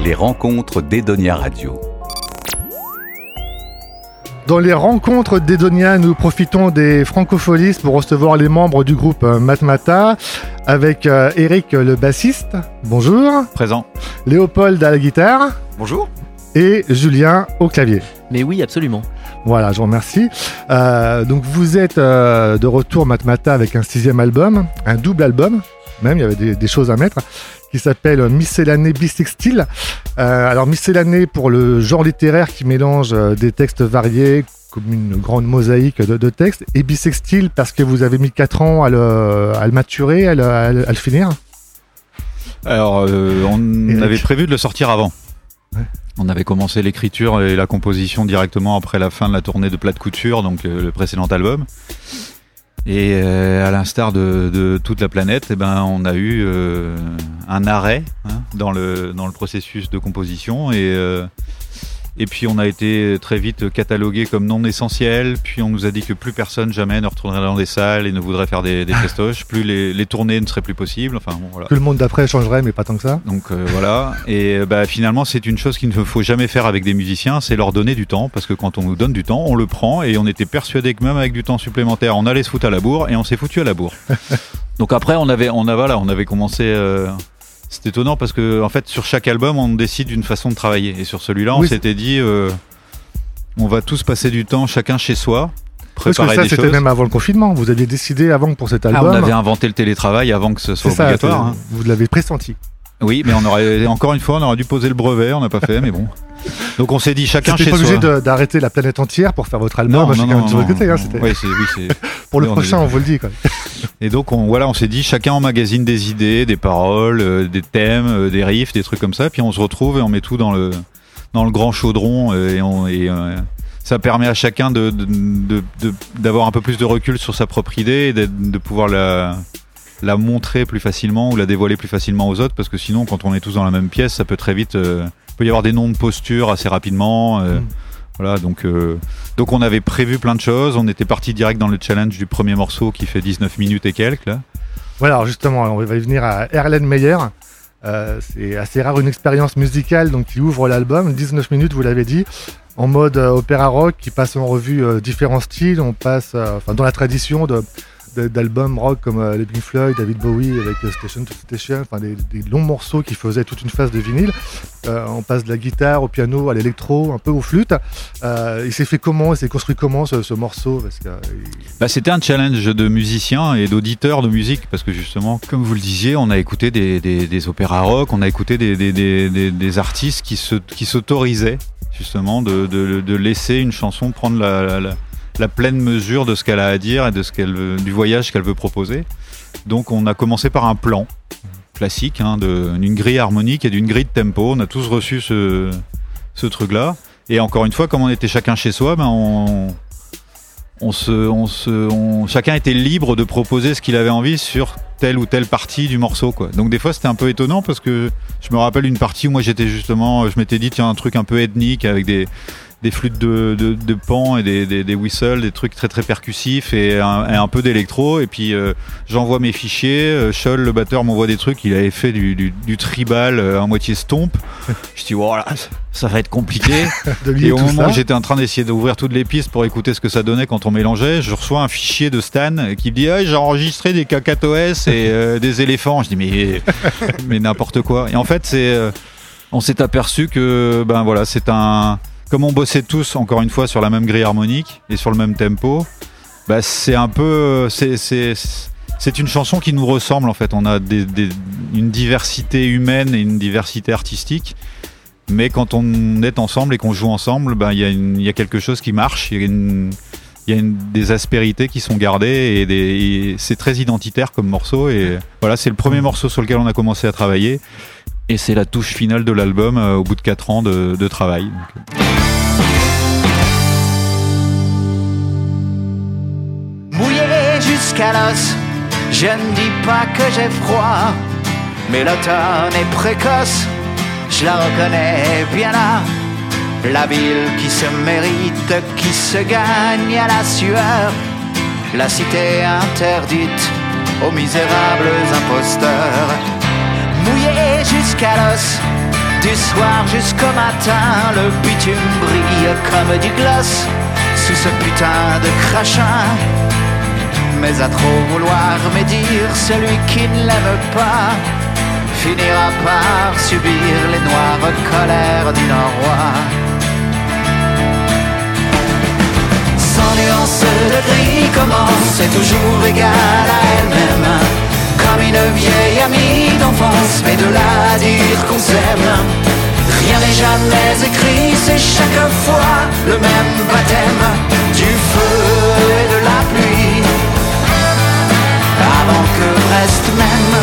Les rencontres d'Edonia Radio. Dans les rencontres d'Edonia, nous profitons des francopholies pour recevoir les membres du groupe Matmata avec Eric le bassiste. Bonjour. Présent. Léopold à la guitare. Bonjour. Et Julien au clavier. Mais oui, absolument. Voilà, je vous remercie. Donc vous êtes de retour Matmata avec un 6e album, un double album, même il y avait des choses à mettre, qui s'appelle Miscellanée Bissextile. Alors miscellanée pour le genre littéraire qui mélange des textes variés comme une grande mosaïque de textes, et bissextile parce que vous avez mis 4 ans à le maturer, à le finir. Alors on avait prévu de le sortir avant. Ouais. On avait commencé l'écriture et la composition directement après la fin de la tournée de Plat de Couture, donc le précédent album. Et à l'instar de toute la planète, on a eu un arrêt dans le processus de composition et puis on a été très vite catalogué comme non essentiel. Puis on nous a dit que plus personne jamais ne retournerait dans des salles et ne voudrait faire des festoches. Plus les tournées ne seraient plus possibles. Enfin, bon, voilà. Que le monde d'après changerait, mais pas tant que ça. Donc voilà. Et finalement, c'est une chose qu'il ne faut jamais faire avec des musiciens, c'est leur donner du temps. Parce que quand on nous donne du temps, on le prend. Et on était persuadé que même avec du temps supplémentaire, on allait se foutre à la bourre. Et on s'est foutu à la bourre. Donc après, on avait commencé... C'est étonnant parce que en fait sur chaque album on décide d'une façon de travailler et sur celui-là on s'était dit on va tous passer du temps chacun chez soi, préparer parce que ça, des c'était choses. Même avant le confinement, vous aviez décidé avant que pour cet album. On avait inventé le télétravail avant que ce soit obligatoire. Vous l'avez pressenti. Oui, mais encore une fois on aurait dû poser le brevet, on n'a pas fait, mais bon. Donc on s'est dit chacun chez soi. C'était pas obligé d'arrêter la planète entière pour faire votre album. Non, Oui, pour le prochain, on vous le dit. Quoi. Et donc on s'est dit chacun emmagasine des idées, des paroles, des thèmes, des riffs, des trucs comme ça. Puis on se retrouve et on met tout dans le grand chaudron ça permet à chacun d'avoir un peu plus de recul sur sa propre idée et de pouvoir la montrer plus facilement ou la dévoiler plus facilement aux autres, parce que sinon quand on est tous dans la même pièce ça peut très vite il peut y avoir des noms de posture assez rapidement voilà, donc on avait prévu plein de choses, on était parti direct dans le challenge du premier morceau qui fait 19 minutes et quelques là. Voilà, alors justement on va y venir à Erlen Meyer. C'est assez rare une expérience musicale donc qui ouvre l'album, 19 minutes vous l'avez dit, en mode opéra rock qui passe en revue différents styles. On passe dans la tradition d'albums rock comme les Pink Floyd, David Bowie avec Station to Station, des longs morceaux qui faisaient toute une phase de vinyle. On passe de la guitare au piano, à l'électro, un peu aux flûtes. Il s'est construit comment ce morceau parce que, c'était un challenge de musiciens et d'auditeurs de musique, parce que justement, comme vous le disiez, on a écouté des opéras rock, on a écouté des artistes qui s'autorisaient justement de laisser une chanson prendre la pleine mesure de ce qu'elle a à dire et du voyage qu'elle veut proposer. Donc on a commencé par un plan classique, d'une grille harmonique et d'une grille de tempo. On a tous reçu ce truc-là. Et encore une fois, comme on était chacun chez soi, chacun était libre de proposer ce qu'il avait envie sur telle ou telle partie du morceau, quoi. Donc des fois c'était un peu étonnant parce que je me rappelle une partie où moi je m'étais dit tiens, un truc un peu ethnique avec des flûtes de pan et des whistles, des trucs très très percussifs et un peu d'électro. Et puis j'envoie mes fichiers, Scholl le batteur m'envoie des trucs, il avait fait du tribal à moitié stomp. Je dis voilà, ça va être compliqué. Et au moment où j'étais en train d'essayer d'ouvrir toutes les pistes pour écouter ce que ça donnait quand on mélangeait, je reçois un fichier de Stan qui me dit j'ai enregistré des cacatoès et des éléphants. Je dis mais n'importe quoi. Et en fait on s'est aperçu que comme on bossait tous, encore une fois, sur la même grille harmonique et sur le même tempo, c'est une chanson qui nous ressemble en fait. On a une diversité humaine et une diversité artistique, mais quand on est ensemble et qu'on joue ensemble, il y a quelque chose qui marche, il y a des aspérités qui sont gardées et c'est très identitaire comme morceau. Et voilà, c'est le premier morceau sur lequel on a commencé à travailler. Et c'est la touche finale de l'album au bout de 4 ans de travail. Donc. Mouillé jusqu'à l'os, je ne dis pas que j'ai froid, mais l'automne est précoce, je la reconnais bien là. La ville qui se mérite, qui se gagne à la sueur, la cité interdite aux misérables imposteurs. Mouillé jusqu'à l'os, Du soir jusqu'au matin, le bitume brille comme du gloss sous ce putain de crachin. Mais à trop vouloir médire, celui qui ne l'aime pas finira par subir les noires colères du Nord-Roi. Sans nuance de gris commence, c'est toujours égal à elle-même. Comme une vieille amie d'enfance, mais de là à dire qu'on s'aime, rien n'est jamais écrit, c'est chaque fois le même baptême. Du feu et de la pluie, avant que Brest m'aime.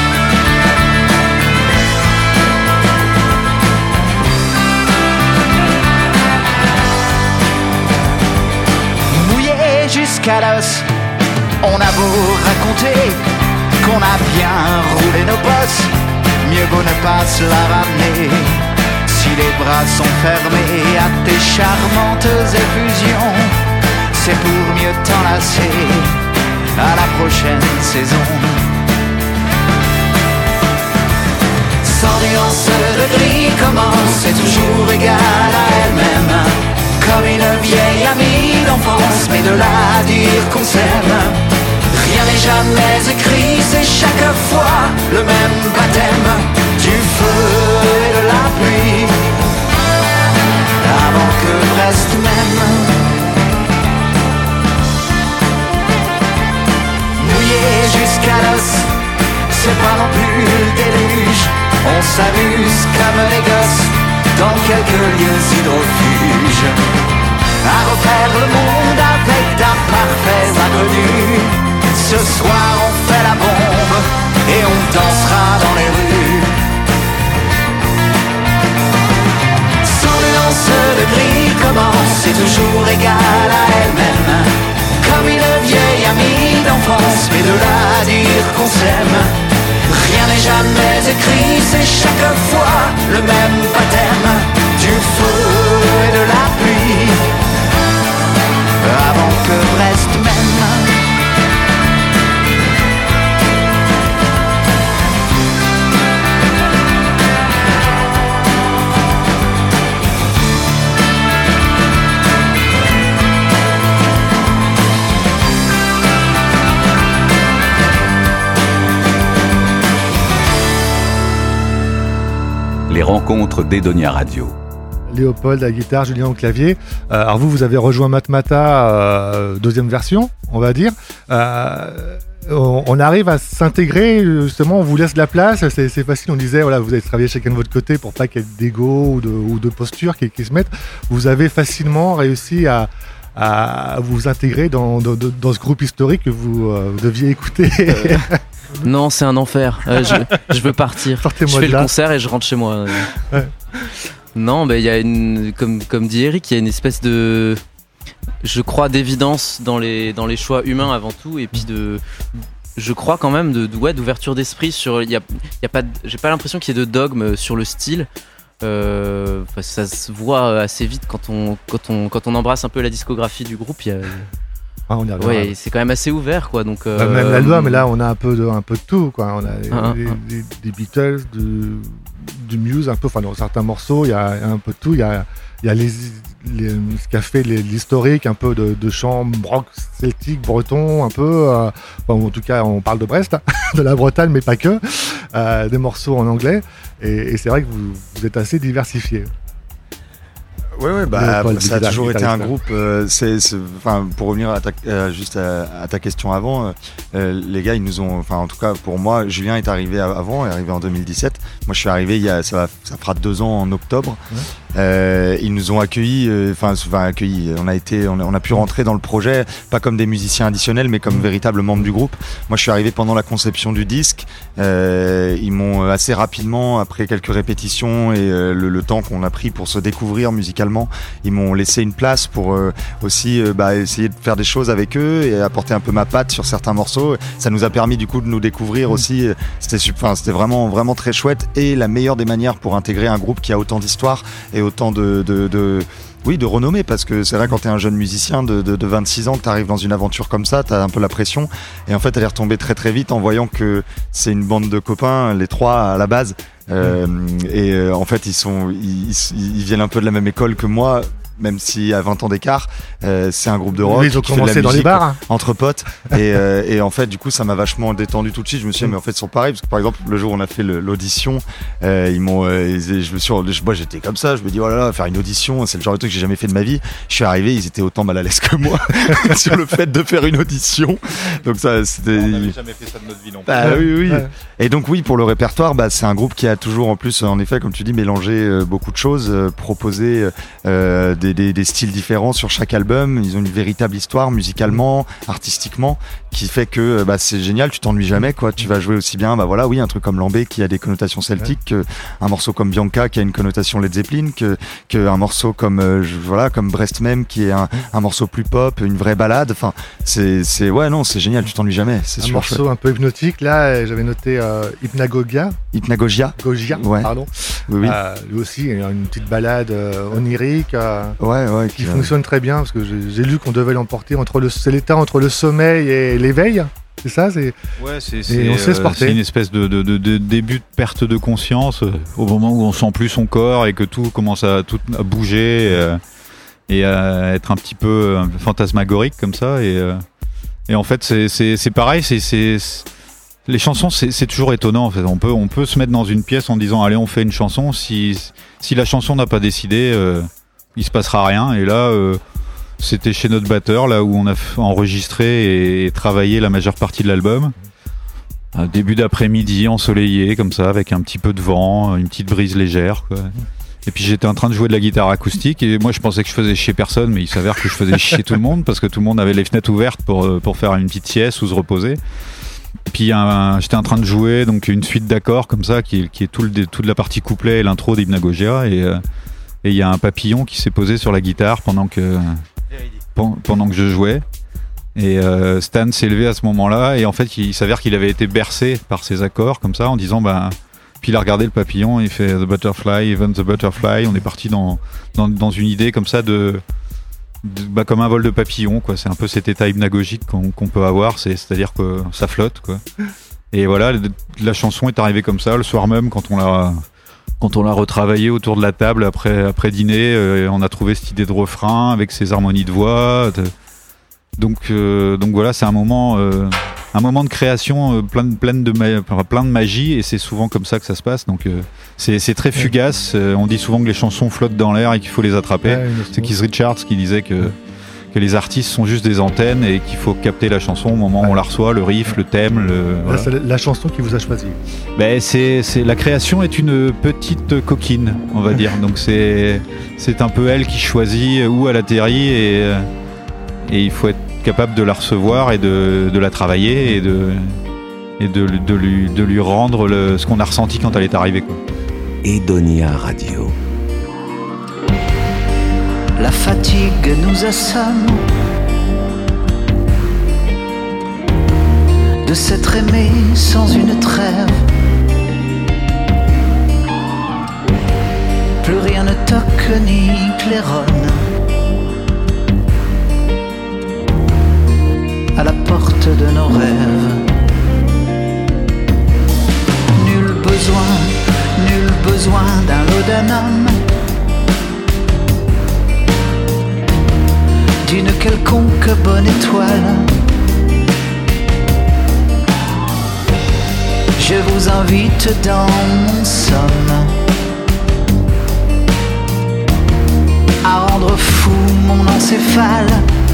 Mouillé jusqu'à l'os, on a beau raconter qu'on a bien roulé nos bosses, mieux vaut ne pas se la ramener. Si les bras sont fermés à tes charmantes effusions, c'est pour mieux t'enlacer à la prochaine saison. Sans nuance de gris commence, c'est toujours égal à elle-même. Comme une vieille amie d'enfance, mais de là à dire qu'on s'aime, rien n'est jamais écrit, c'est chaque fois le même baptême. Du feu et de la pluie, avant que Brest m'aime. Mouillé jusqu'à l'os, c'est pas non plus le déluge. On s'amuse comme les gosses dans quelques lieux hydrofuges, à refaire le monde avec d'imparfaits inconnus. Ce soir on fait la bombe et on dansera dans les rues. Sans nuance de gris commence, c'est toujours égal à elle-même. Comme une vieille amie d'enfance, mais de là à dire qu'on s'aime, rien n'est jamais écrit, c'est chaque fois le même baptême. Du feu et de la pluie, avant que Brest m'aime. Les rencontres d'Edonia Radio. Léopold à la guitare, Julien au clavier. Alors vous avez rejoint Matmata, deuxième version, on va dire. On arrive à s'intégrer, justement, on vous laisse de la place, c'est facile, on disait, voilà, vous allez travailler chacun de votre côté pour pas qu'il y ait d'ego ou de posture qui se mettent. Vous avez facilement réussi à vous intégrer dans ce groupe historique que vous deviez écouter. Non, c'est un enfer. Je veux partir. Sortez-moi je fais de le là. concert et je rentre chez moi. Ouais. Non, il y a comme dit Eric, il y a une espèce de, je crois, d'évidence dans les choix humains avant tout, et puis je crois quand même d'ouverture d'esprit sur. Il y a pas, j'ai pas l'impression qu'il y ait de dogme sur le style. Ça se voit assez vite quand on embrasse un peu la discographie du groupe. On y reviendra. Ouais, c'est quand même assez ouvert, quoi. Donc même l'album, là, on a un peu de tout, quoi. On a des Beatles, du Muse, un peu. Enfin, dans certains morceaux, il y a un peu de tout. Il y a ce qu'a fait l'historique, un peu de chant rock celtique, breton, un peu. En tout cas, on parle de Brest, de la Bretagne, mais pas que. Des morceaux en anglais. Et c'est vrai que vous êtes assez diversifiés. Ouais, ça a toujours été un groupe. Pour revenir à ta question avant, les gars, ils nous ont, en tout cas pour moi, Julien est arrivé avant, est arrivé en 2017. Moi, je suis arrivé ça fera 2 ans en octobre. Ouais. Ils nous ont accueillis, on a pu rentrer dans le projet, pas comme des musiciens additionnels, mais comme véritables membres du groupe. Moi, je suis arrivé pendant la conception du disque. Ils m'ont assez rapidement, après quelques répétitions et le temps qu'on a pris pour se découvrir musicalement, ils m'ont laissé une place pour aussi essayer de faire des choses avec eux et apporter un peu ma patte sur certains morceaux. Ça nous a permis du coup de nous découvrir aussi. C'était vraiment, vraiment très chouette, et la meilleure des manières pour intégrer un groupe qui a autant d'histoire et autant de Oui, de renommée, parce que c'est vrai quand t'es un jeune musicien de 26 ans, que t'arrives dans une aventure comme ça, t'as un peu la pression, et en fait elle est retombée très très vite en voyant que c'est une bande de copains, les trois à la base, en fait ils viennent un peu de la même école que moi, même si à 20 ans d'écart, c'est un groupe de rock. Ils ont commencé dans les bars entre potes, et en fait du coup ça m'a vachement détendu tout de suite. Je me suis dit mais en fait ils sont pareils, parce que par exemple le jour où on a fait l'audition, moi j'étais comme ça, je me dis oh là là, faire une audition c'est le genre de truc que j'ai jamais fait de ma vie. Je suis arrivé, ils étaient autant mal à l'aise que moi sur le fait de faire une audition, donc ça c'était... On n'avait jamais fait ça de notre vie non plus. Oui. Ouais. Et donc oui, pour le répertoire, c'est un groupe qui a toujours en plus en effet comme tu dis mélangé beaucoup de choses, proposé des styles différents sur chaque album. Ils ont une véritable histoire musicalement, artistiquement, qui fait que c'est génial, tu t'ennuies jamais quoi. Tu vas jouer aussi bien un truc comme Lambé qui a des connotations celtiques, un morceau comme Bianca qui a une connotation Led Zeppelin, que un morceau comme comme Brest même qui est un morceau plus pop, une vraie balade. Enfin c'est génial, tu t'ennuies jamais. C'est un morceau chouette. Un peu hypnotique là, j'avais noté Hypnagogia, ouais. Pardon. Oui. Lui aussi il y a une petite balade onirique. Qui fonctionne très bien, parce que j'ai lu qu'on devait l'emporter c'est l'état entre le sommeil et l'éveil, c'est ça, c'est une espèce de début de perte de conscience au moment où on sent plus son corps et que tout commence à bouger et à être un petit peu fantasmagorique comme ça, et en fait c'est pareil, les chansons c'est toujours étonnant en fait. On peut se mettre dans une pièce en disant allez on fait une chanson, si la chanson n'a pas décidé, il se passera rien, et là c'était chez notre batteur là où on a enregistré et travaillé la majeure partie de l'album. Un début d'après-midi ensoleillé comme ça, avec un petit peu de vent, une petite brise légère quoi. Et puis j'étais en train de jouer de la guitare acoustique, et moi je pensais que je faisais chier personne, mais il s'avère que je faisais chier tout le monde, parce que tout le monde avait les fenêtres ouvertes pour faire une petite sieste ou se reposer. Puis j'étais en train de jouer donc une suite d'accords comme ça qui est toute la partie couplet et l'intro d'Hypnagogia, et il y a un papillon qui s'est posé sur la guitare pendant que je jouais, et Stan s'est levé à ce moment-là, et en fait il s'avère qu'il avait été bercé par ces accords comme ça en disant puis il a regardé le papillon, il fait The Butterfly, Even the Butterfly. On est parti dans une idée comme ça comme un vol de papillon quoi. C'est un peu cet état hypnagogique qu'on peut avoir, c'est-à-dire que ça flotte quoi. Et voilà, la chanson est arrivée comme ça le soir même, quand on l'a retravaillé autour de la table après dîner, on a trouvé cette idée de refrain avec ses harmonies de voix. Donc voilà, c'est un moment de création plein de magie, et c'est souvent comme ça que ça se passe. Donc c'est très fugace. On dit souvent que les chansons flottent dans l'air et qu'il faut les attraper. C'est Keith Richards qui disait que les artistes sont juste des antennes et qu'il faut capter la chanson au moment où on la reçoit, le riff, le thème. Voilà. C'est la chanson qui vous a choisi. La création est une petite coquine, on va dire. Donc c'est un peu elle qui choisit où elle atterrit, et il faut être capable de la recevoir et de la travailler et de lui rendre ce qu'on a ressenti quand elle est arrivée quoi. Edonia Radio. La fatigue nous assomme de s'être aimé sans une trêve. Plus rien ne toque ni claironne à la porte de nos rêves. Nul besoin d'un laudanum, d'une quelconque bonne étoile. Je vous invite dans mon somme à rendre fou mon encéphale.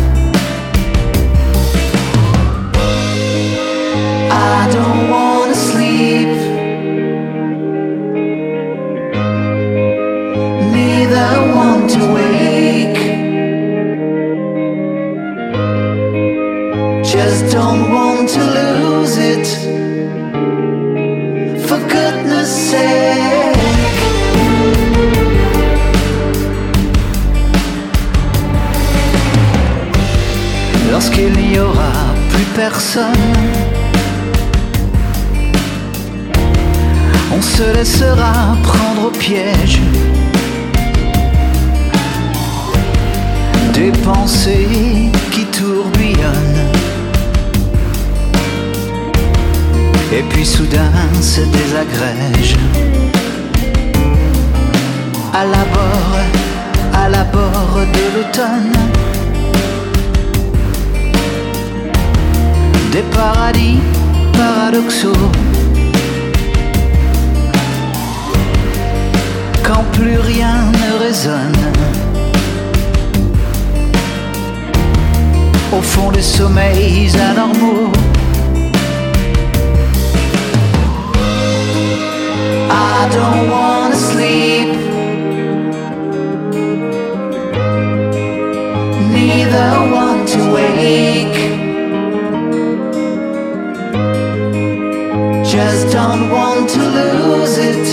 I don't wanna sleep, neither want to wake. Just don't want to lose it, for goodness sake. Lorsqu'il n'y aura plus personne, on se laissera prendre au piège Des pensées qui tourbillonnent. Et puis soudain se désagrègent. À l'abord de l'automne. Des paradis paradoxaux. Quand plus rien ne résonne. Au fond des sommeils anormaux. I don't wanna sleep. Neither want to wake. Just don't want to lose it.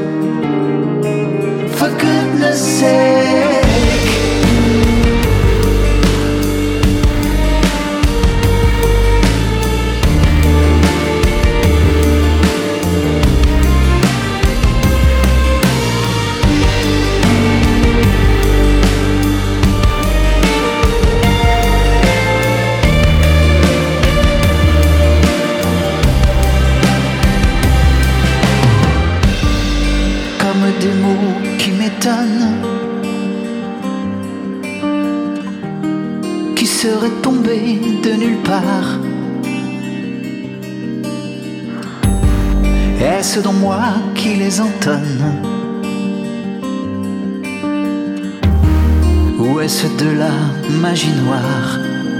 For goodness sake. Des mots qui m'étonnent, qui seraient tombés de nulle part. Est-ce donc moi qui les entonne? Ou est-ce de la magie noire?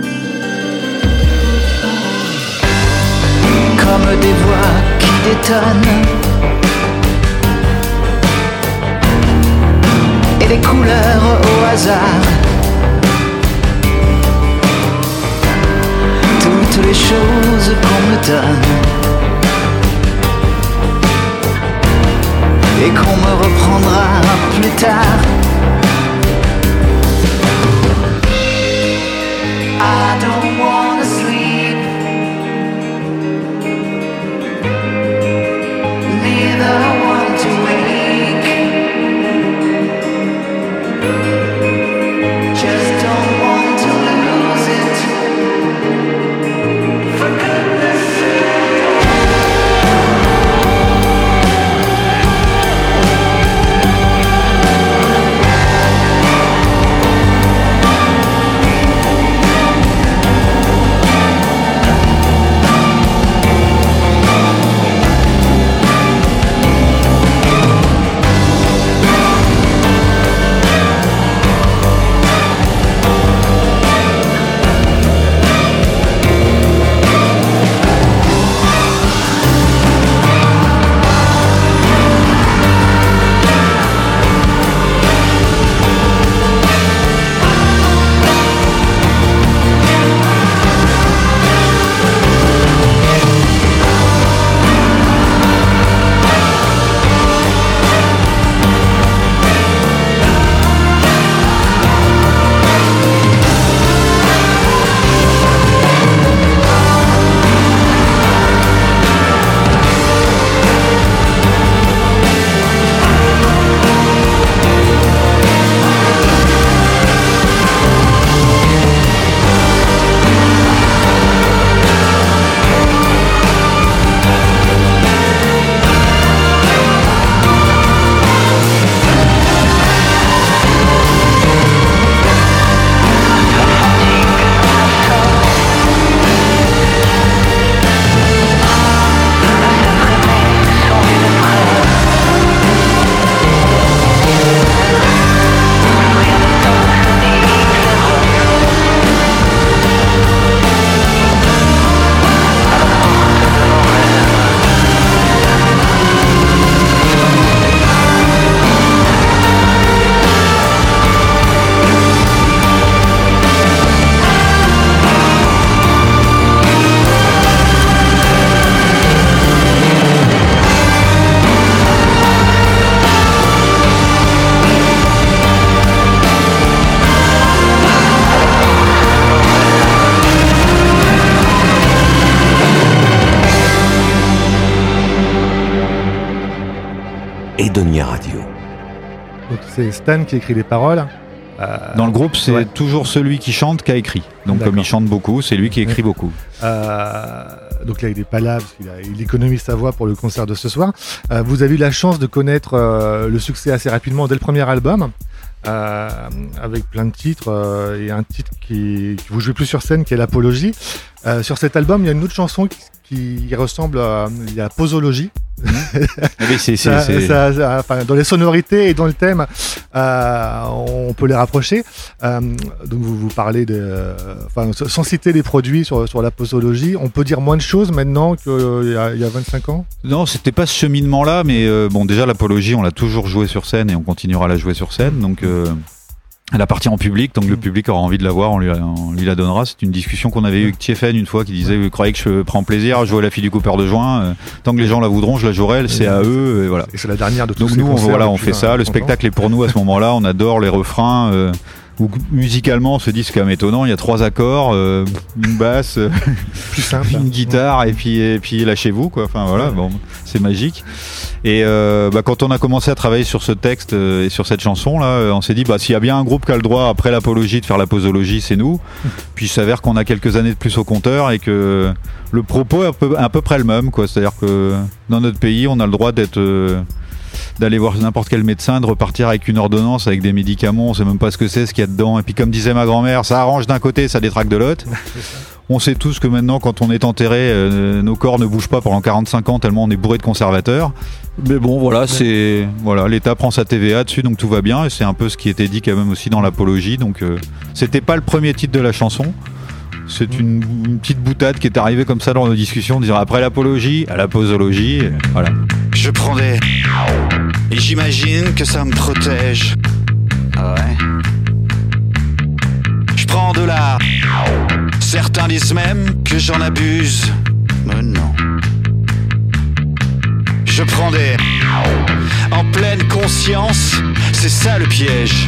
Comme des voix qui détonnent. Et des couleurs au hasard. Toutes les choses qu'on me donne. Et qu'on me reprendra plus tard. I don't wanna sleep. Neither want to wake. Just don't want to lose it. For goodness Edonia Radio. Donc c'est Stan qui écrit les paroles. Dans le groupe, c'est toujours celui qui chante qui a écrit. Donc comme il chante beaucoup, c'est lui qui écrit beaucoup. Donc là, il n'est pas là parce qu'il économise sa voix pour le concert de ce soir. Vous avez eu la chance de connaître le succès assez rapidement dès le premier album. Avec plein de titres et un titre qui vous jouez plus sur scène qui est l'Apologie. Sur cet album, il y a une autre chanson qui ressemble à la Posologie. Dans les sonorités et dans le thème, on peut les rapprocher. Donc vous parlez sans citer les produits sur la posologie, on peut dire moins de choses maintenant qu'il y a 25 ans. Non, c'était pas ce cheminement-là, mais déjà l'apologie, on l'a toujours joué sur scène et on continuera à la jouer sur scène. Donc elle appartient en public, donc le public aura envie de la voir, on lui la donnera. C'est une discussion qu'on avait eue avec Tiefen une fois, qui disait vous croyez que je prends plaisir à jouer la fille du coupeur de joint, tant que les gens la voudront, je la jouerai, c'est à eux, et voilà. Et c'est la dernière de tous donc ces nous, concerts. on fait ça, le spectacle est pour nous à ce moment-là, on adore les refrains. Où musicalement on se dit c'est quand même étonnant, il y a 3 accords, une basse, plus simple, une guitare et puis lâchez-vous quoi. Enfin voilà, bon, c'est magique. Et quand on a commencé à travailler sur ce texte et sur cette chanson là, on s'est dit s'il y a bien un groupe qui a le droit après l'apologie de faire la posologie, c'est nous. Puis il s'avère qu'on a quelques années de plus au compteur et que le propos est à peu près le même quoi. C'est-à-dire que dans notre pays, on a le droit d'aller voir n'importe quel médecin, de repartir avec une ordonnance, avec des médicaments, on sait même pas ce que c'est, ce qu'il y a dedans. Et puis comme disait ma grand-mère, ça arrange d'un côté, ça détraque de l'autre. On sait tous que maintenant, quand on est enterré, nos corps ne bougent pas pendant 45 ans tellement on est bourré de conservateurs. Mais bon, voilà, l'État prend sa TVA dessus, donc tout va bien. Et c'est un peu ce qui était dit quand même aussi dans l'apologie. Donc c'était pas le premier titre de la chanson. C'est une petite boutade qui est arrivée comme ça dans nos discussions, dire après l'apologie, à la posologie, voilà. Je prends et j'imagine que ça me protège. Ah ouais. Je prends de l'art. Certains disent même que j'en abuse. Mais non. Je prends en pleine conscience, c'est ça le piège.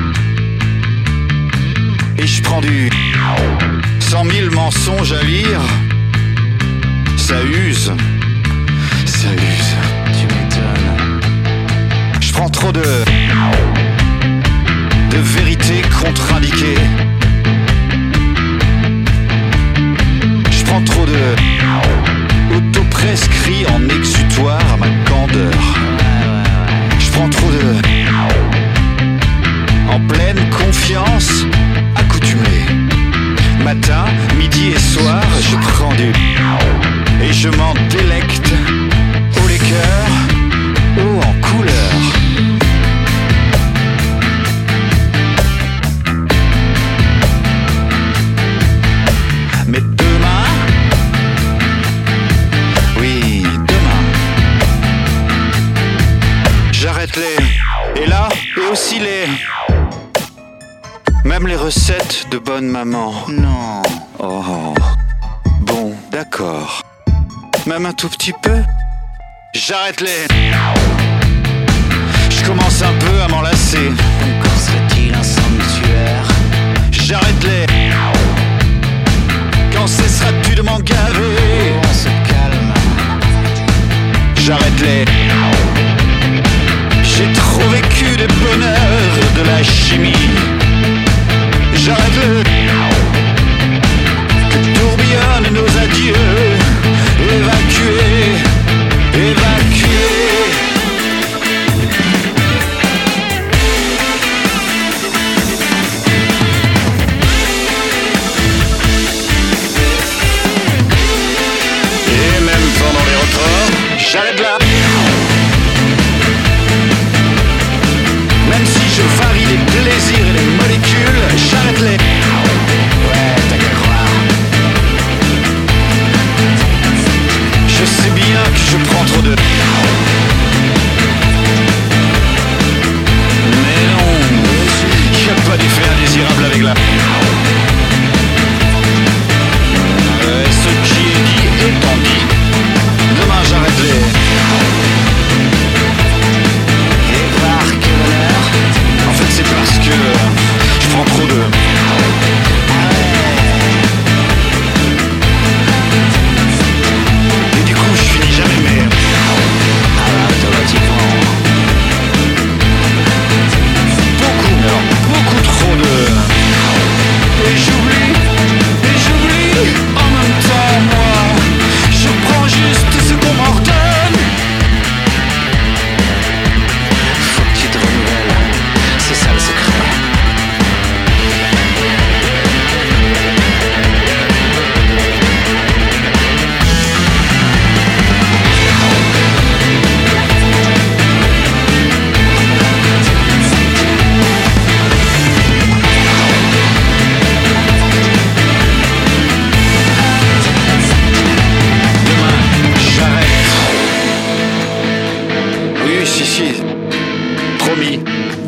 Et je prends 100 000 mensonges à lire. Ça use. Tu m'étonnes. Je prends trop de vérités contre-indiquées. Je prends trop auto-prescrit en exutoire à ma candeur. Je prends trop en pleine confiance, accoutumé. Matin, midi et soir, je prends et je m'en délecte. Haut les cœurs, haut en couleur. Mais demain, j'arrête et là, et aussi même les recettes de bonne maman. Non. Oh. Bon, d'accord. Même un tout petit peu. J'arrête je commence un peu à m'en lasser. Encore serait-il un sanctuaire. J'arrête quand cesseras-tu de m'en gaver? On se calme. J'arrête j'ai trop vécu de bonheur, de la chimie. J'arrête que tourbillonnent nos adieux. Évacuer. Et même pendant les retrats, j'arrête là. Même si je varie les plaisirs et les molécules, j'arrête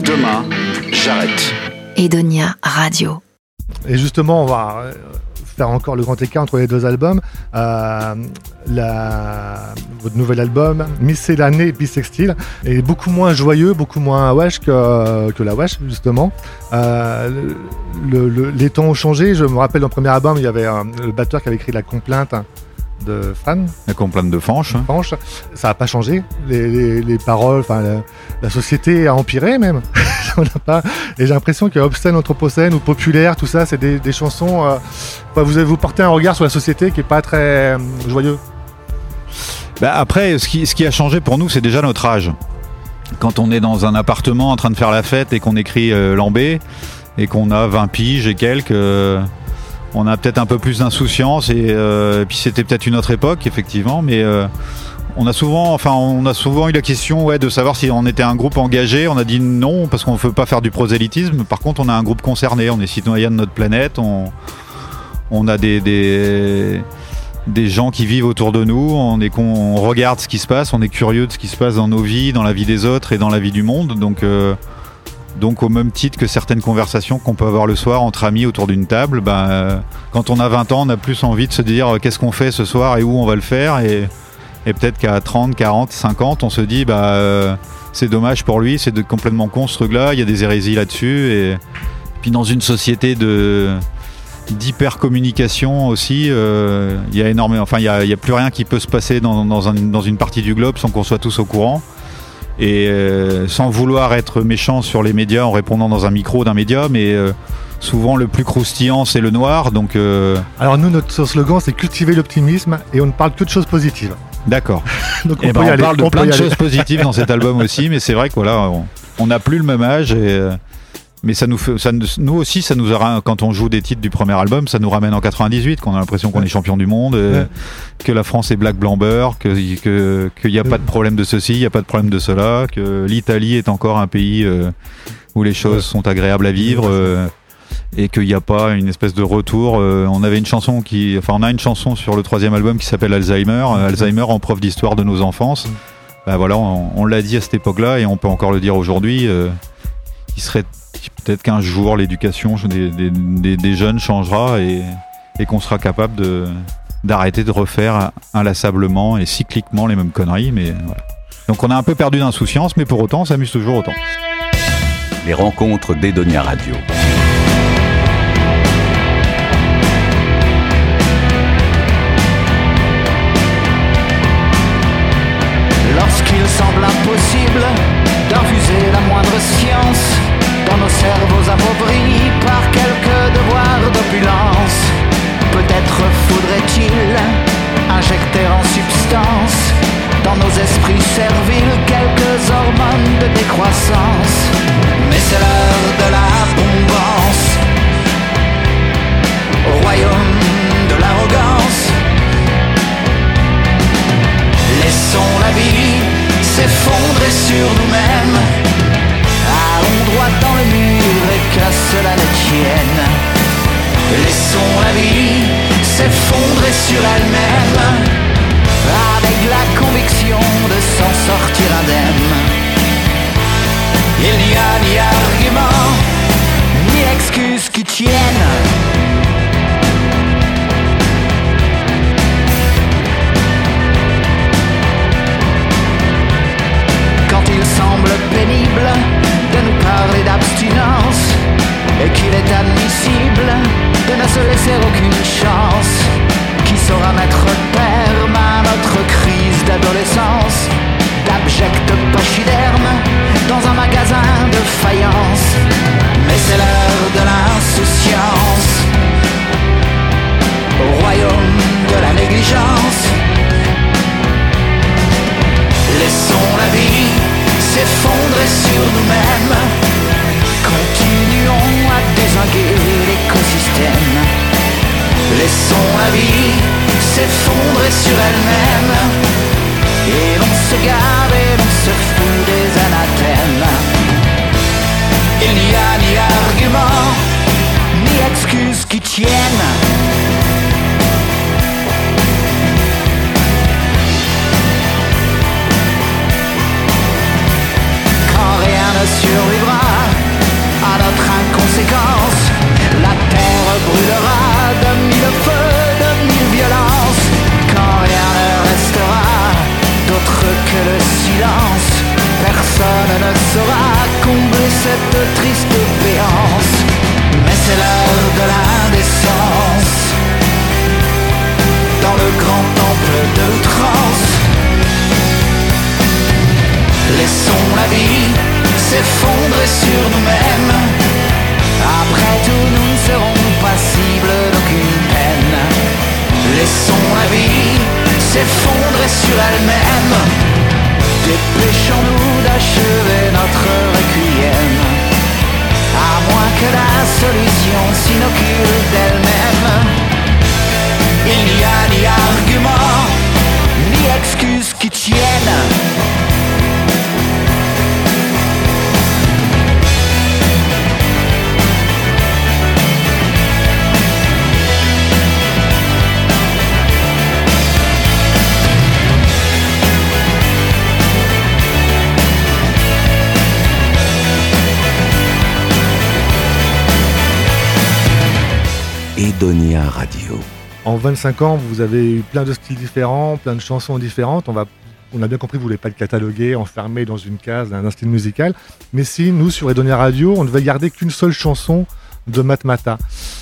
Demain, j'arrête. Edonia Radio. Et justement, on va faire encore le grand écart entre les deux albums. Votre nouvel album, Miscellanée Bisextile, est beaucoup moins joyeux, beaucoup moins wesh que la wesh, justement. Les temps ont changé. Je me rappelle, dans le premier album, il y avait le batteur qui avait écrit La Complainte de Fran. La Complainte de Fanche. Ça n'a pas changé. Les paroles, la société a empiré même. Et j'ai l'impression que Obscène, Anthropocène ou Populaire, tout ça, c'est des chansons. Vous portez un regard sur la société qui n'est pas très joyeux. Après, ce qui a changé pour nous, c'est déjà notre âge. Quand on est dans un appartement en train de faire la fête et qu'on écrit Lambé et qu'on a 20 piges et quelques. On a peut-être un peu plus d'insouciance et puis c'était peut-être une autre époque effectivement, mais on a souvent eu la question de savoir si on était un groupe engagé. On a dit non parce qu'on ne veut pas faire du prosélytisme. Par contre, on a un groupe concerné, on est citoyen de notre planète, on a des gens qui vivent autour de nous, on regarde ce qui se passe, on est curieux de ce qui se passe dans nos vies, dans la vie des autres et dans la vie du monde. Donc au même titre que certaines conversations qu'on peut avoir le soir entre amis autour d'une table, quand on a 20 ans, on a plus envie de se dire qu'est-ce qu'on fait ce soir et où on va le faire. Et peut-être qu'à 30, 40, 50, on se dit c'est dommage pour lui, c'est complètement con ce truc-là, il y a des hérésies là-dessus. Et puis dans une société d'hyper-communication aussi, il y a énormément, il y a plus rien qui peut se passer dans une partie du globe sans qu'on soit tous au courant. Et sans vouloir être méchant sur les médias en répondant dans un micro d'un média, mais souvent le plus croustillant c'est le noir. Donc, Alors nous, notre slogan c'est cultiver l'optimisme et on ne parle que de choses positives. D'accord. Donc on parle de plein de choses positives dans cet album aussi, mais c'est vrai que voilà, on n'a plus le même âge. Mais nous aussi, ça nous aura, quand on joue des titres du premier album, ça nous ramène en 98, qu'on a l'impression qu'on est champion du monde, que la France est black blanc beurre, qu'il n'y a pas de problème de ceci, il n'y a pas de problème de cela, que l'Italie est encore un pays où les choses sont agréables à vivre, et qu'il n'y a pas une espèce de retour. On a une chanson sur le troisième album qui s'appelle Alzheimer, Alzheimer en preuve d'histoire de nos enfances. On l'a dit à cette époque-là et on peut encore le dire aujourd'hui. Il serait peut-être qu'un jour l'éducation des jeunes changera et qu'on sera capable d'arrêter de refaire inlassablement et cycliquement les mêmes conneries. Mais voilà. Donc on a un peu perdu d'insouciance, mais pour autant on s'amuse toujours autant. Les rencontres d'Edonia Radio. Lorsqu'il semble impossible d'infuser la moindre science dans nos cerveaux appauvris par quelques devoirs d'opulence, peut-être faudrait-il injecter en substance dans nos esprits serviles quelques hormones de décroissance. Mais c'est l'heure de l'abondance, au royaume de l'arrogance. Laissons la vie s'effondrer sur nous-mêmes. Allons droit dans le mur et qu'à cela ne tienne. Laissons la vie s'effondrer sur elle-même, avec la conviction de s'en sortir indemne. Il n'y a ni argument, ni excuse qui tiennent. Il semble pénible de nous parler d'abstinence et qu'il est admissible de ne se laisser aucune chance. Qui saura mettre terme à notre crise d'adolescence, d'abjecte pachyderme dans un magasin de faïence. Mais c'est l'heure de l'insouciance, au royaume de la négligence. Laissons la vie s'effondrer sur nous-mêmes. Continuons à dézinguer l'écosystème. Laissons la vie s'effondrer sur elle-même. Et l'on se gave et l'on se fout des anathèmes. Il n'y a ni argument, ni excuse qui tiennent. Survivra c'est le silence. Personne ne saura combler cette triste béance. Mais c'est l'heure de l'indécence dans le grand temple de l'outrance. Laissons la vie s'effondrer sur nous-mêmes. Après tout, nous ne serons passibles d'aucune peine. Laissons la vie s'effondrer sur elle-même. Dépêchons-nous d'achever notre requiem, à moins que la solution s'inocule d'elle-même. Il n'y a ni argument, ni excuse qui tiennent. Edonia Radio. En 25 ans, vous avez eu plein de styles différents, plein de chansons différentes. On a bien compris que vous ne voulez pas le cataloguer, enfermer dans une case d'un style musical. Mais si, nous, sur Edonia Radio, on ne devait garder qu'une seule chanson de Matmata,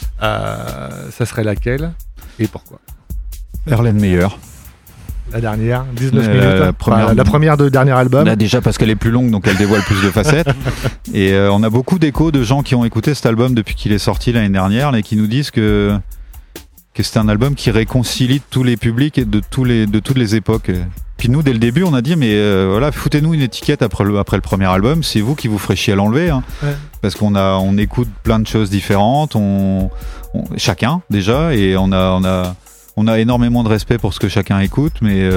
ça serait laquelle et pourquoi? Erlen Meyer. La dernière, 19 minutes. La première de dernier album. Là, déjà parce qu'elle est plus longue, donc elle dévoile plus de facettes. Et on a beaucoup d'échos de gens qui ont écouté cet album depuis qu'il est sorti l'année dernière et qui nous disent que c'est un album qui réconcilie tous les publics et de toutes les époques. Puis nous, dès le début, on a dit voilà, foutez-nous une étiquette après le premier album, c'est vous qui vous ferez chier à l'enlever, hein. Ouais. Parce qu'on écoute plein de choses différentes, chacun déjà, et on a énormément de respect pour ce que chacun écoute,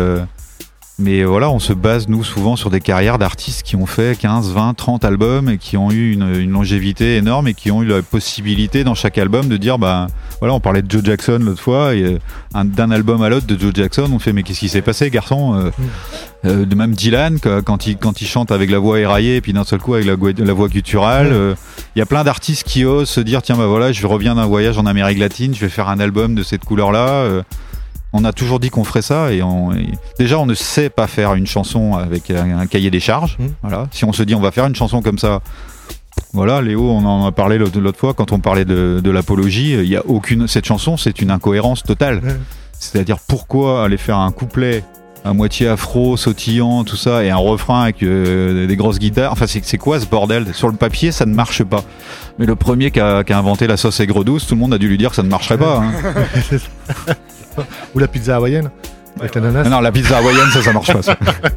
mais voilà, on se base, nous, souvent sur des carrières d'artistes qui ont fait 15, 20, 30 albums et qui ont eu une longévité énorme et qui ont eu la possibilité dans chaque album de dire, voilà, on parlait de Joe Jackson l'autre fois, et d'un album à l'autre de Joe Jackson, on fait, mais qu'est-ce qui s'est passé, garçon? De même Dylan, quand il chante avec la voix éraillée et puis d'un seul coup avec la voix gutturale, il y a plein d'artistes qui osent se dire, tiens, voilà, je reviens d'un voyage en Amérique latine, je vais faire un album de cette couleur-là. On a toujours dit qu'on ferait ça et déjà on ne sait pas faire une chanson avec un cahier des charges. Voilà. Si on se dit on va faire une chanson comme ça, voilà, Léo, on en a parlé l'autre fois quand on parlait de l'apologie. Il y a cette chanson, c'est une incohérence totale. C'est-à-dire pourquoi aller faire un couplet à moitié afro, sautillant, tout ça, et un refrain avec des grosses guitares. Enfin, c'est quoi ce bordel? Sur le papier, ça ne marche pas. Mais le premier qui a inventé la sauce aigre douce, tout le monde a dû lui dire que ça ne marcherait pas. Hein. Ou la pizza hawaïenne avec l'ananas. Non, la pizza hawaïenne, ça marche pas. Ça.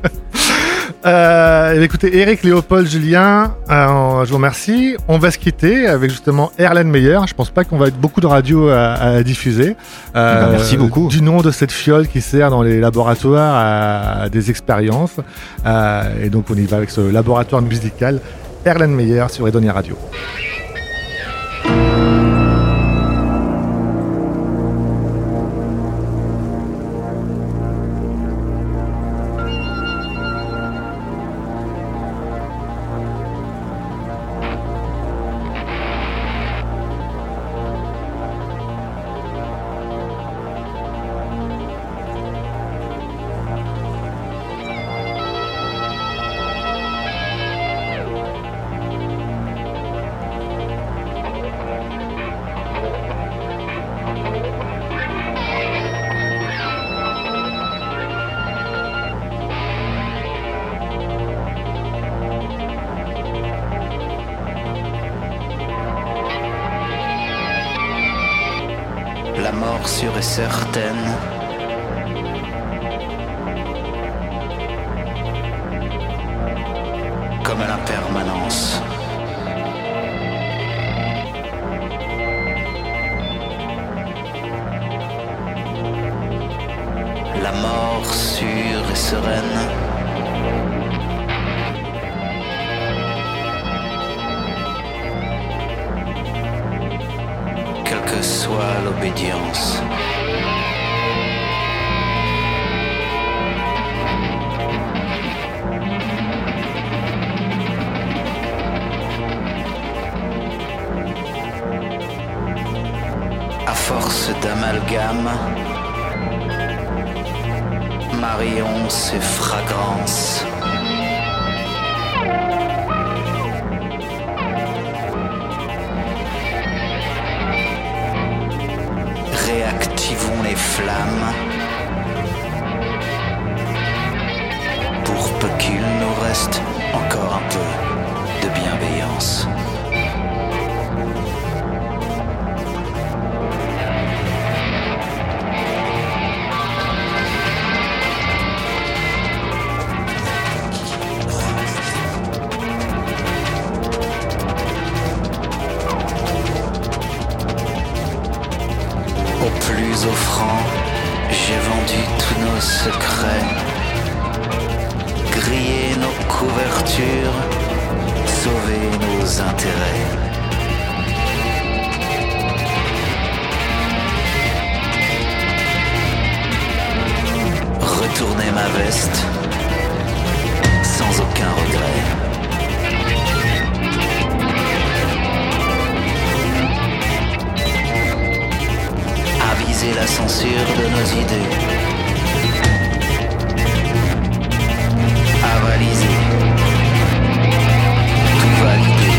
Écoutez, Eric, Léopold, Julien, je vous remercie. On va se quitter avec justement Erlen Meyer. Je pense pas qu'on va être beaucoup de radios à diffuser. Merci beaucoup. Du nom de cette fiole qui sert dans les laboratoires à des expériences. Et donc on y va avec ce laboratoire musical. Erlen Meyer sur Edonia Radio. La mort sûre et certaine. Comme l'impermanence. La mort sûre et sereine. Quelle que soit l'obédience. À force d'amalgame, ma varions ses fragrances. Réactivons les flammes pour peu qu'il nous reste encore un peu de bienveillance. Plus offrant, j'ai vendu tous nos secrets, grillé nos couvertures, sauvé nos intérêts. Retourner ma veste, sans aucun regret. Aviser la censure de nos idées. Avaliser. Tout valider.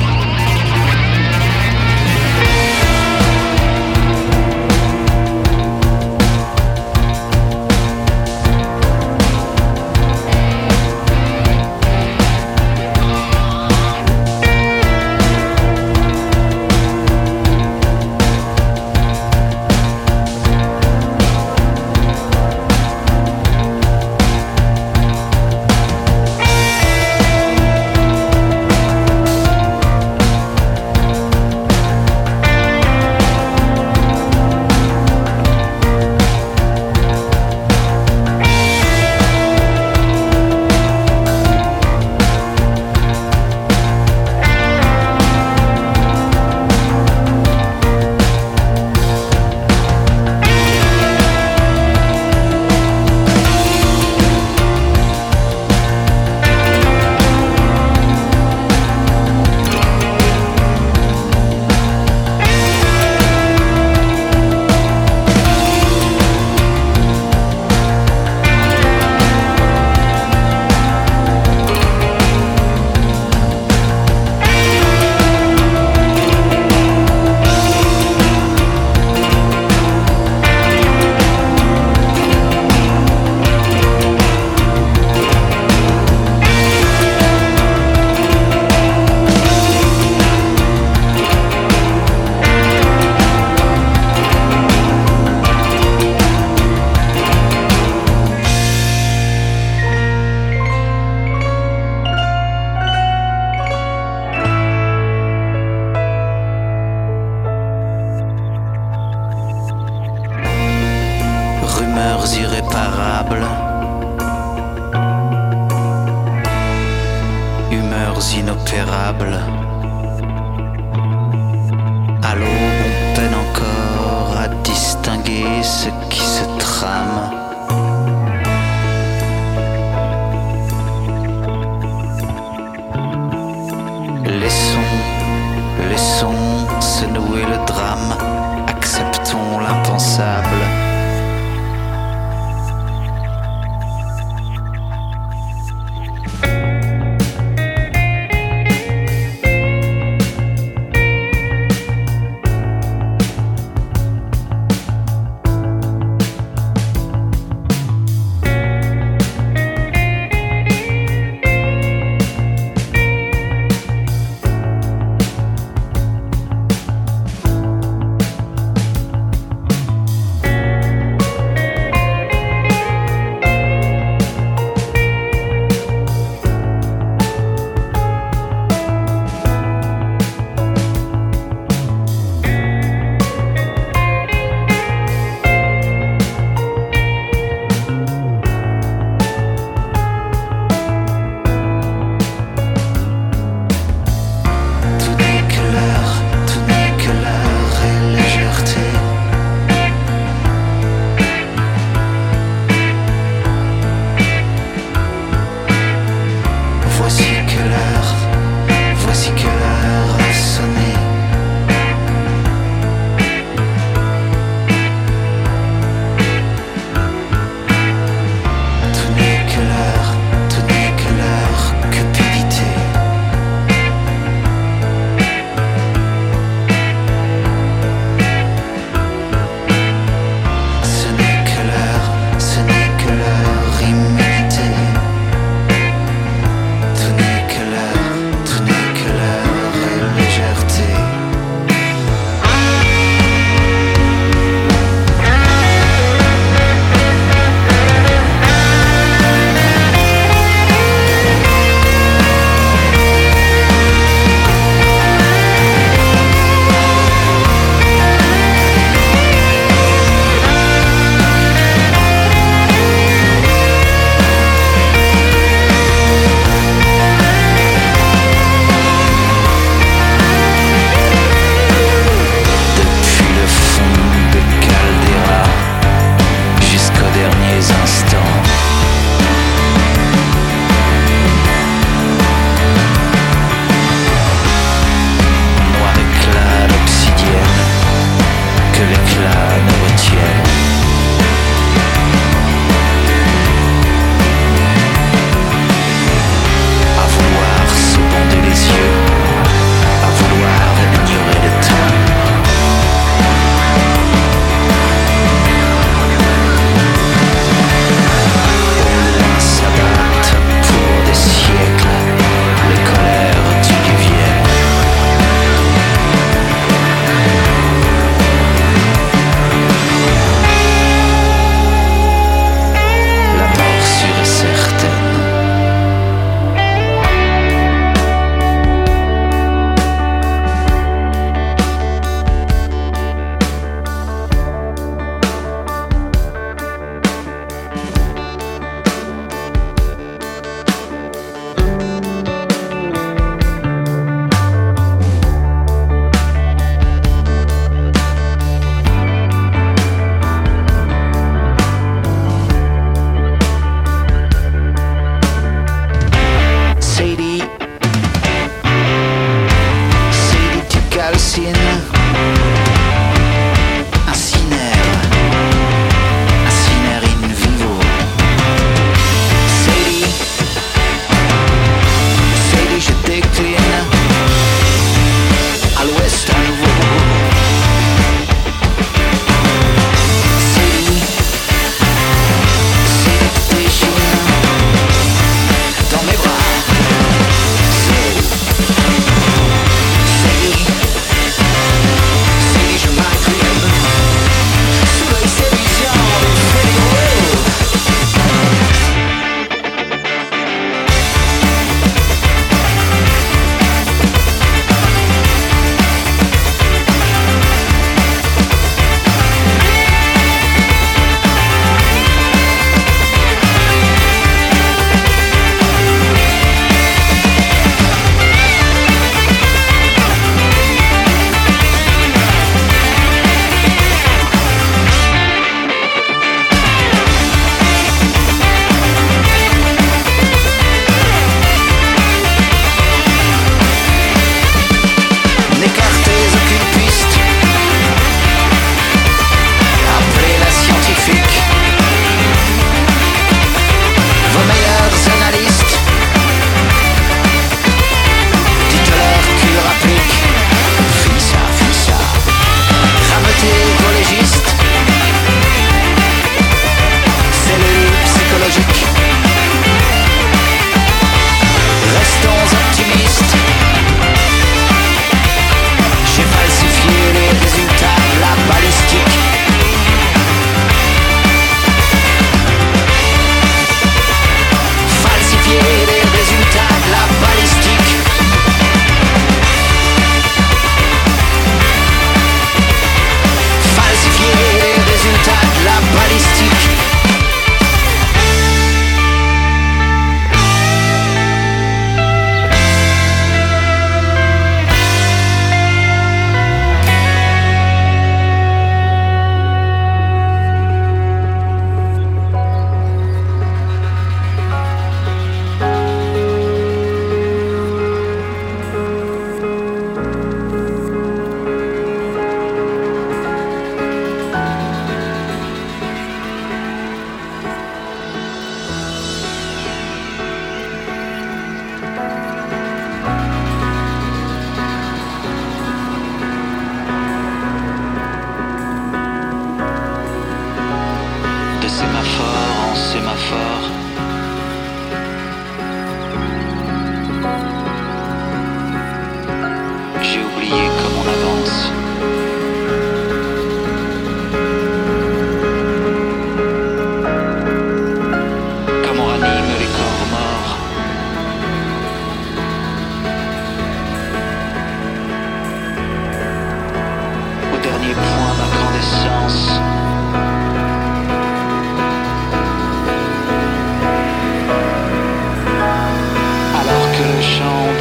irréparables, humeurs inopérables. À l'aube, on peine encore à distinguer ce qui se trame. Laissons se nouer le drame, acceptons l'impensable.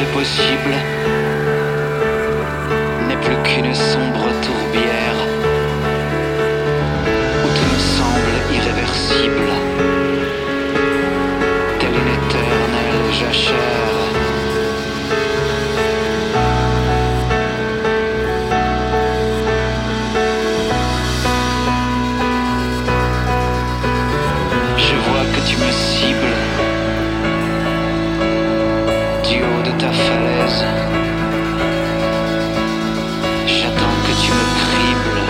des possibles n'est plus qu'une sombre tourbière où tout me semble irréversible, telle une éternelle jachère. Je vois que tu me cibles du haut de ta falaise. J'attends que tu me cribles,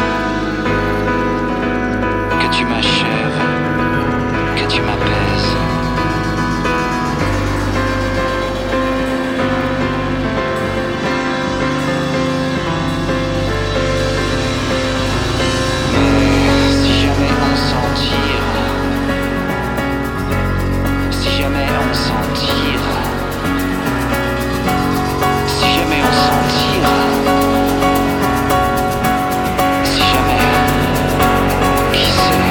que tu m'achèves, que tu m'apaises. Mais si jamais on s'en tire, si jamais on s'en tire, si jamais on s'en tire, si jamais, qui sait?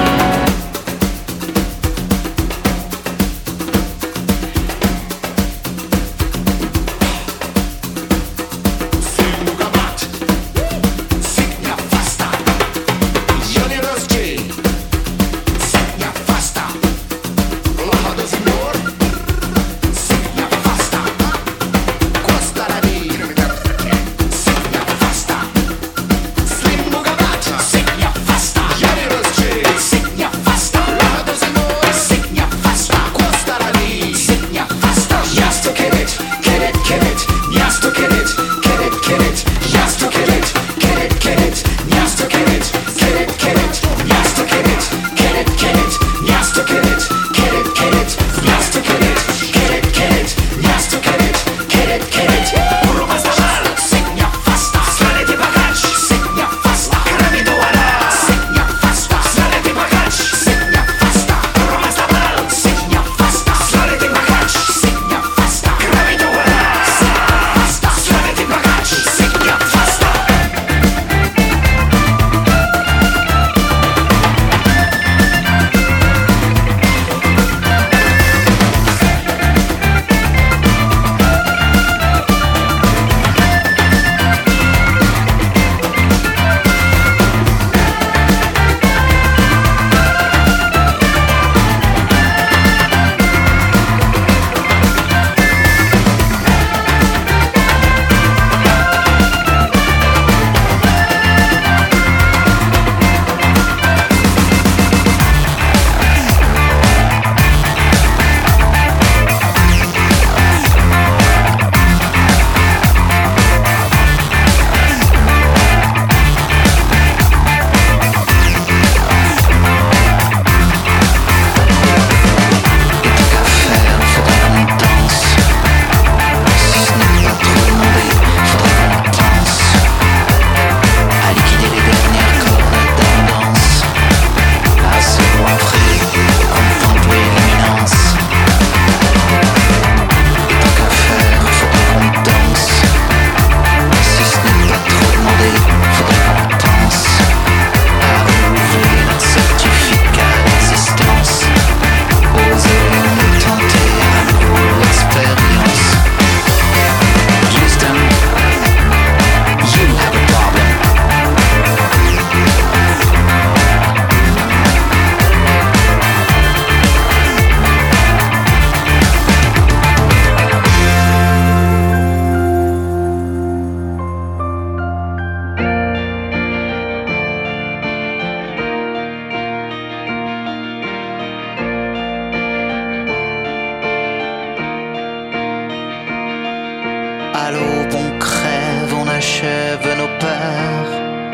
À l'aube on crève, on achève nos peurs.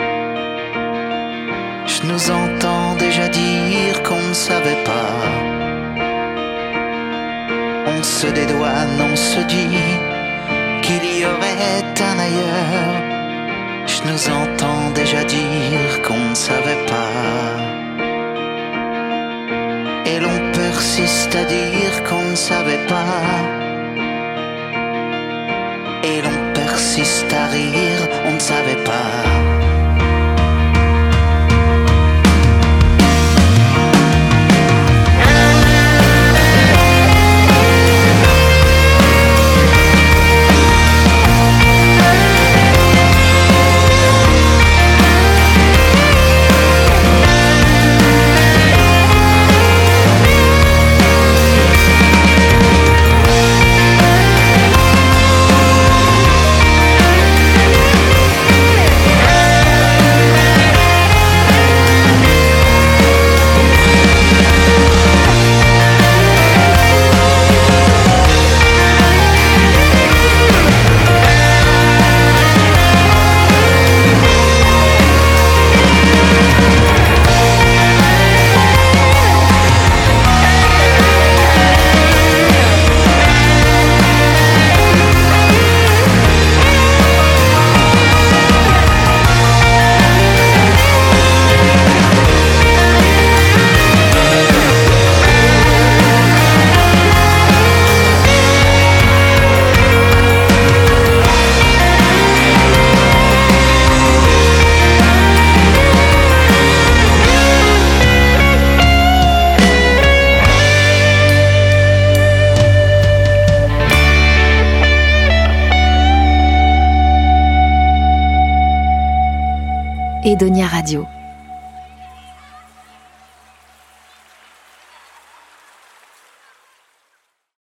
Je nous entends déjà dire qu'on ne savait pas. On se dédouane, on se dit qu'il y aurait un ailleurs. Je nous entends déjà dire qu'on ne savait pas. Et l'on persiste à dire qu'on ne savait pas. Et l'on persiste à rire, on ne savait pas. Edonia Radio.